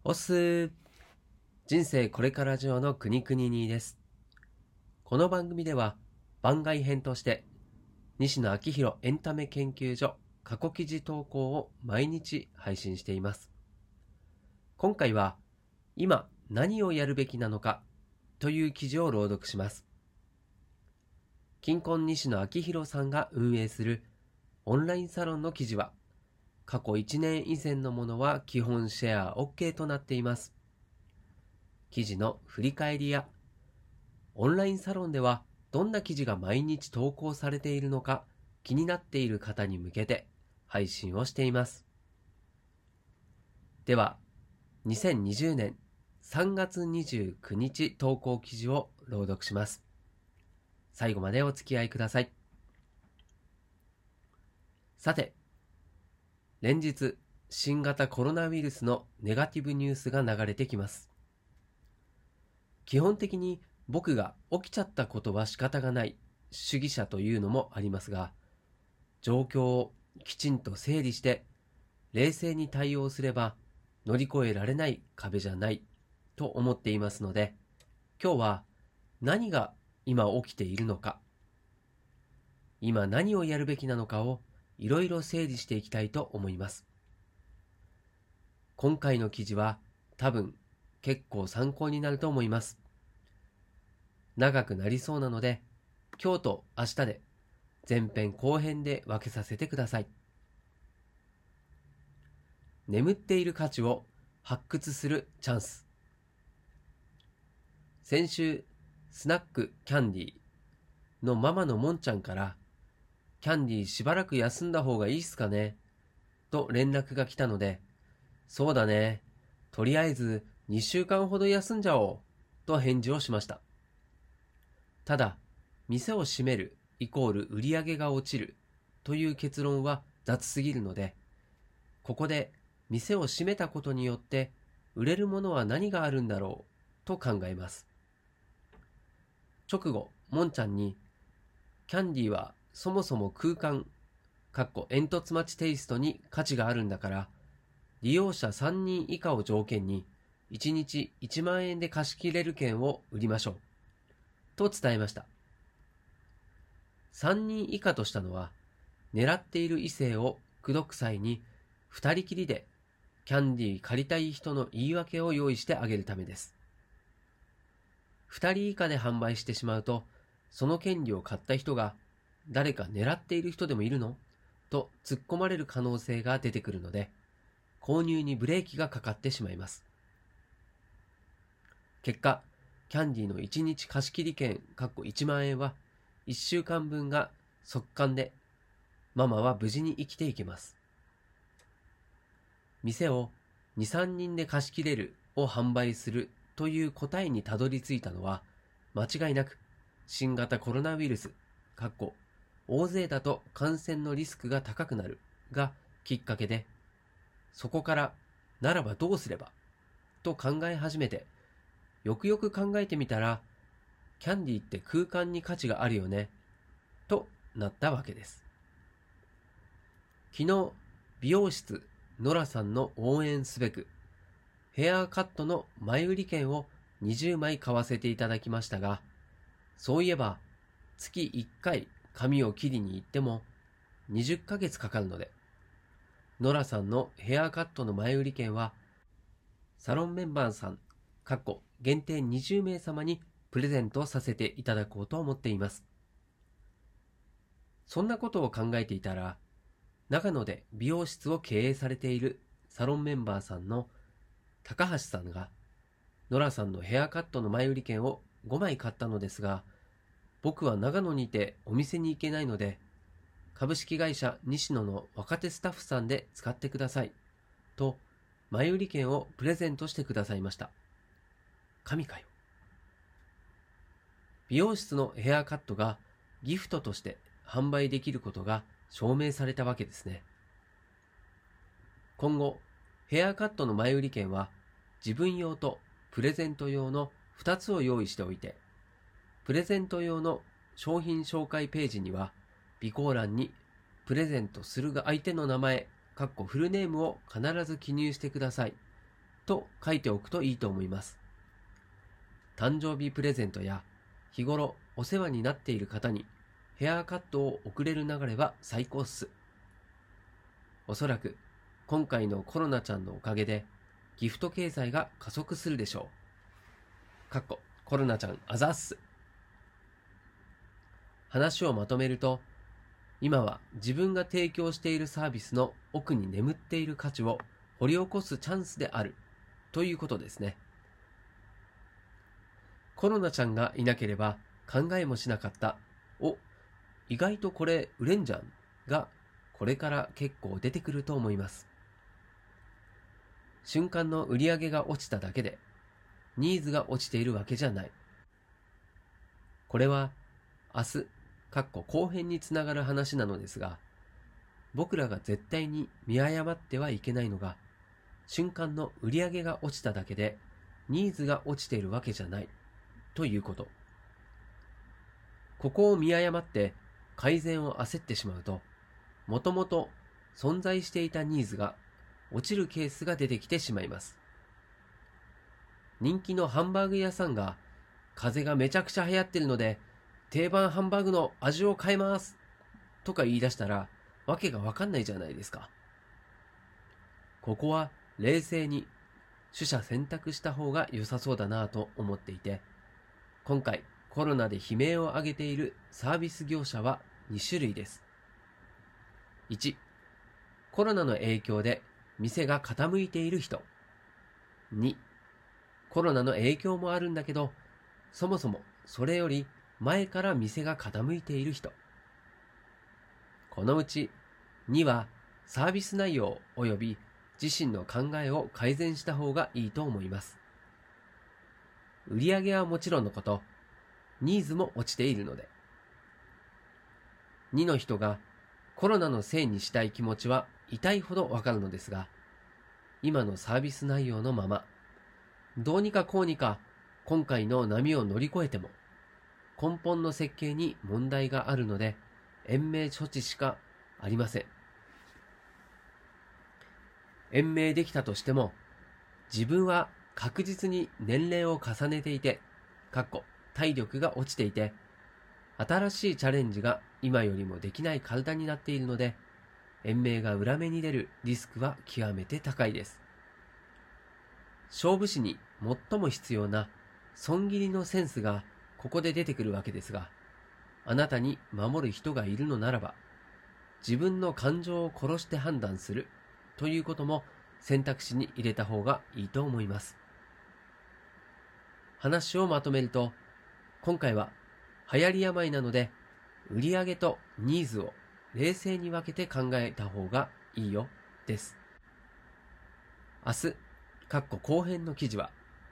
おっすー。人生これから上の国々にです。この番組では番外編として西野昭弘エンタメ研究所過去記事投稿を毎日配信しています。今回は今何をやるべきなのかという記事を朗読します。金婚西野昭弘さんが運営するオンラインサロンの記事は過去1年以前のものは基本シェア OK となっています。記事の振り返りやオンラインサロンではどんな記事が毎日投稿されているのか気になっている方に向けて配信をしています。では、2020年3月29日投稿記事を朗読します。最後までお付き合いください。さて、連日新型コロナウイルスのネガティブニュースが流れてきます。基本的に僕が起きちゃったことは仕方がない主義者というのもありますが、状況をきちんと整理して冷静に対応すれば乗り越えられない壁じゃないと思っていますので、今日は何が今起きているのか、今何をやるべきなのかをいろいろ整理していきたいと思います。今回の記事は多分結構参考になると思います。長くなりそうなので、今日と明日で前編後編で分けさせてください。眠っている価値を発掘するチャンス。先週、スナックキャンディーのママのもんちゃんから、キャンディーしばらく休んだ方がいいっすかねと連絡が来たので、そうだね、とりあえず2週間ほど休んじゃおうと返事をしました。ただ、店を閉めるイコール売り上げが落ちるという結論は雑すぎるので、ここで店を閉めたことによって売れるものは何があるんだろうと考えます。直後、もんちゃんに、キャンディーはそもそも空間、煙突待ちテイストに価値があるんだから、利用者3人以下を条件に1日1万円で貸し切れる券を売りましょう。と伝えました。3人以下としたのは、狙っている異性を口説く際に2人きりでキャンディー借りたい人の言い訳を用意してあげるためです。2人以下で販売してしまうと、その権利を買った人が誰か狙っている人でもいるのと突っ込まれる可能性が出てくるので、購入にブレーキがかかってしまいます。結果、キャンディーの1日貸切券1万円は1週間分が速乾で、ママは無事に生きていけます。店を2、3人で貸し切れるを販売するという答えにたどり着いたのは、間違いなく新型コロナウイルス大勢だと感染のリスクが高くなるがきっかけで、そこからならばどうすればと考え始めて、よくよく考えてみたら、キャンディーって空間に価値があるよねとなったわけです。昨日、美容室ノラさんの応援すべくヘアカットの前売り券を20枚買わせていただきましたが、そういえば月1回髪を切りに行っても20ヶ月かかるので、ノラさんのヘアカットの前売り券はサロンメンバーさん限定20名様にプレゼントさせていただこうと思っています。そんなことを考えていたら、長野で美容室を経営されているサロンメンバーさんの高橋さんが、ノラさんのヘアカットの前売り券を5枚買ったのですが、僕は長野にいてお店に行けないので、株式会社西野の若手スタッフさんで使ってくださいと前売り券をプレゼントしてくださいました。神かよ。美容室のヘアカットがギフトとして販売できることが証明されたわけですね。今後、ヘアカットの前売り券は自分用とプレゼント用の2つを用意しておいて、プレゼント用の商品紹介ページには備考欄にプレゼントする相手の名前フルネームを必ず記入してくださいと書いておくといいと思います。誕生日プレゼントや日頃お世話になっている方にヘアカットを贈れる流れは最高っす。おそらく今回のコロナちゃんのおかげでギフト経済が加速するでしょう。コロナちゃんあざっす。話をまとめると、今は自分が提供しているサービスの奥に眠っている価値を掘り起こすチャンスであるということですね。コロナちゃんがいなければ考えもしなかった意外とこれ売れんじゃんがこれから結構出てくると思います。瞬間の売り上げが落ちただけでニーズが落ちているわけじゃない。これは明日後編につながる話なのですが、僕らが絶対に見誤ってはいけないのが、瞬間の売り上げが落ちただけでニーズが落ちているわけじゃないということ。ここを見誤って改善を焦ってしまうと、もともと存在していたニーズが落ちるケースが出てきてしまいます。人気のハンバーグ屋さんが風がめちゃくちゃ流行ってるので定番ハンバーグの味を変えますとか言い出したらわけがわかんないじゃないですか。ここは冷静に取捨選択した方が良さそうだなと思っていて、今回コロナで悲鳴を上げているサービス業者は2種類です。1、コロナの影響で店が傾いている人。2、コロナの影響もあるんだけど、そもそもそれより前から店が傾いている人。このうち2はサービス内容及び自身の考えを改善した方がいいと思います。売上はもちろんのこと、ニーズも落ちているので。2の人がコロナのせいにしたい気持ちは痛いほどわかるのですが、今のサービス内容のまま、どうにかこうにか今回の波を乗り越えても、根本の設計に問題があるので、延命処置しかありません。延命できたとしても、自分は確実に年齢を重ねていて、体力が落ちていて、新しいチャレンジが今よりもできない体になっているので、延命が裏目に出るリスクは極めて高いです。勝負師に最も必要な損切りのセンスがここで出てくるわけですが、あなたに守る人がいるのならば、自分の感情を殺して判断するということも選択肢に入れた方がいいと思います。話をまとめると、今回は流行り病なので、売上とニーズを冷静に分けて考えた方がいいよです。明日、後編の記事は、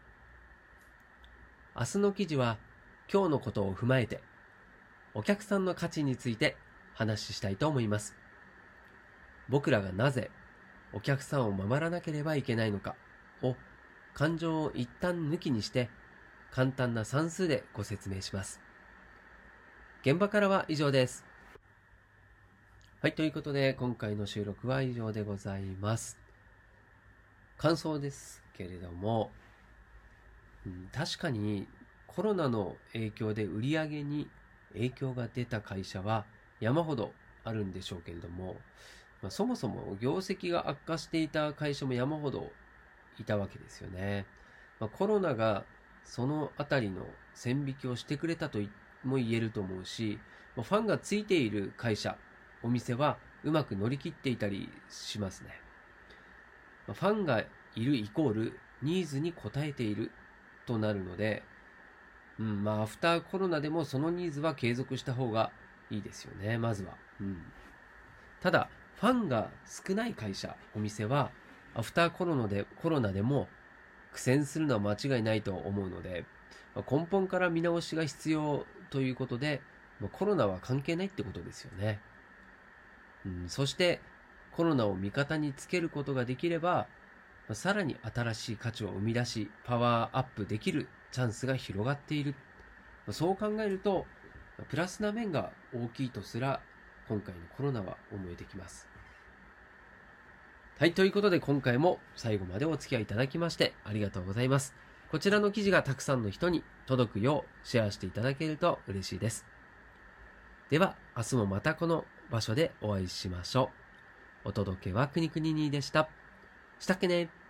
明日の記事は今日のことを踏まえて、お客さんの価値について話したいと思います。僕らがなぜお客さんを守らなければいけないのかを感情を一旦抜きにして簡単な算数でご説明します。現場からは以上です。はい、ということで今回の収録は以上でございます。感想ですけれども、確かにコロナの影響で売り上げに影響が出た会社は山ほどあるんでしょうけれども、そもそも業績が悪化していた会社も山ほどいたわけですよね。コロナがそのあたりの線引きをしてくれたとも言えると思うし、ファンがついている会社、お店はうまく乗り切っていたりしますね。ファンがいるイコールニーズに応えているとなるので、アフターコロナでもそのニーズは継続した方がいいですよね、まずは。ただ、ファンが少ない会社、お店は、アフターコロナでも苦戦するのは間違いないと思うので、根本から見直しが必要ということで、コロナは関係ないってことですよね。そして、コロナを味方につけることができれば、さらに新しい価値を生み出し、パワーアップできるチャンスが広がっている。そう考えると、プラスな面が大きいとすら、今回のコロナは思えてきます。 はい、ということで今回も最後までお付き合いいただきましてありがとうございます。こちらの記事がたくさんの人に届くようシェアしていただけると嬉しいです。では、明日もまたこの場所でお会いしましょう。お届けはくにくににでした。したっけね。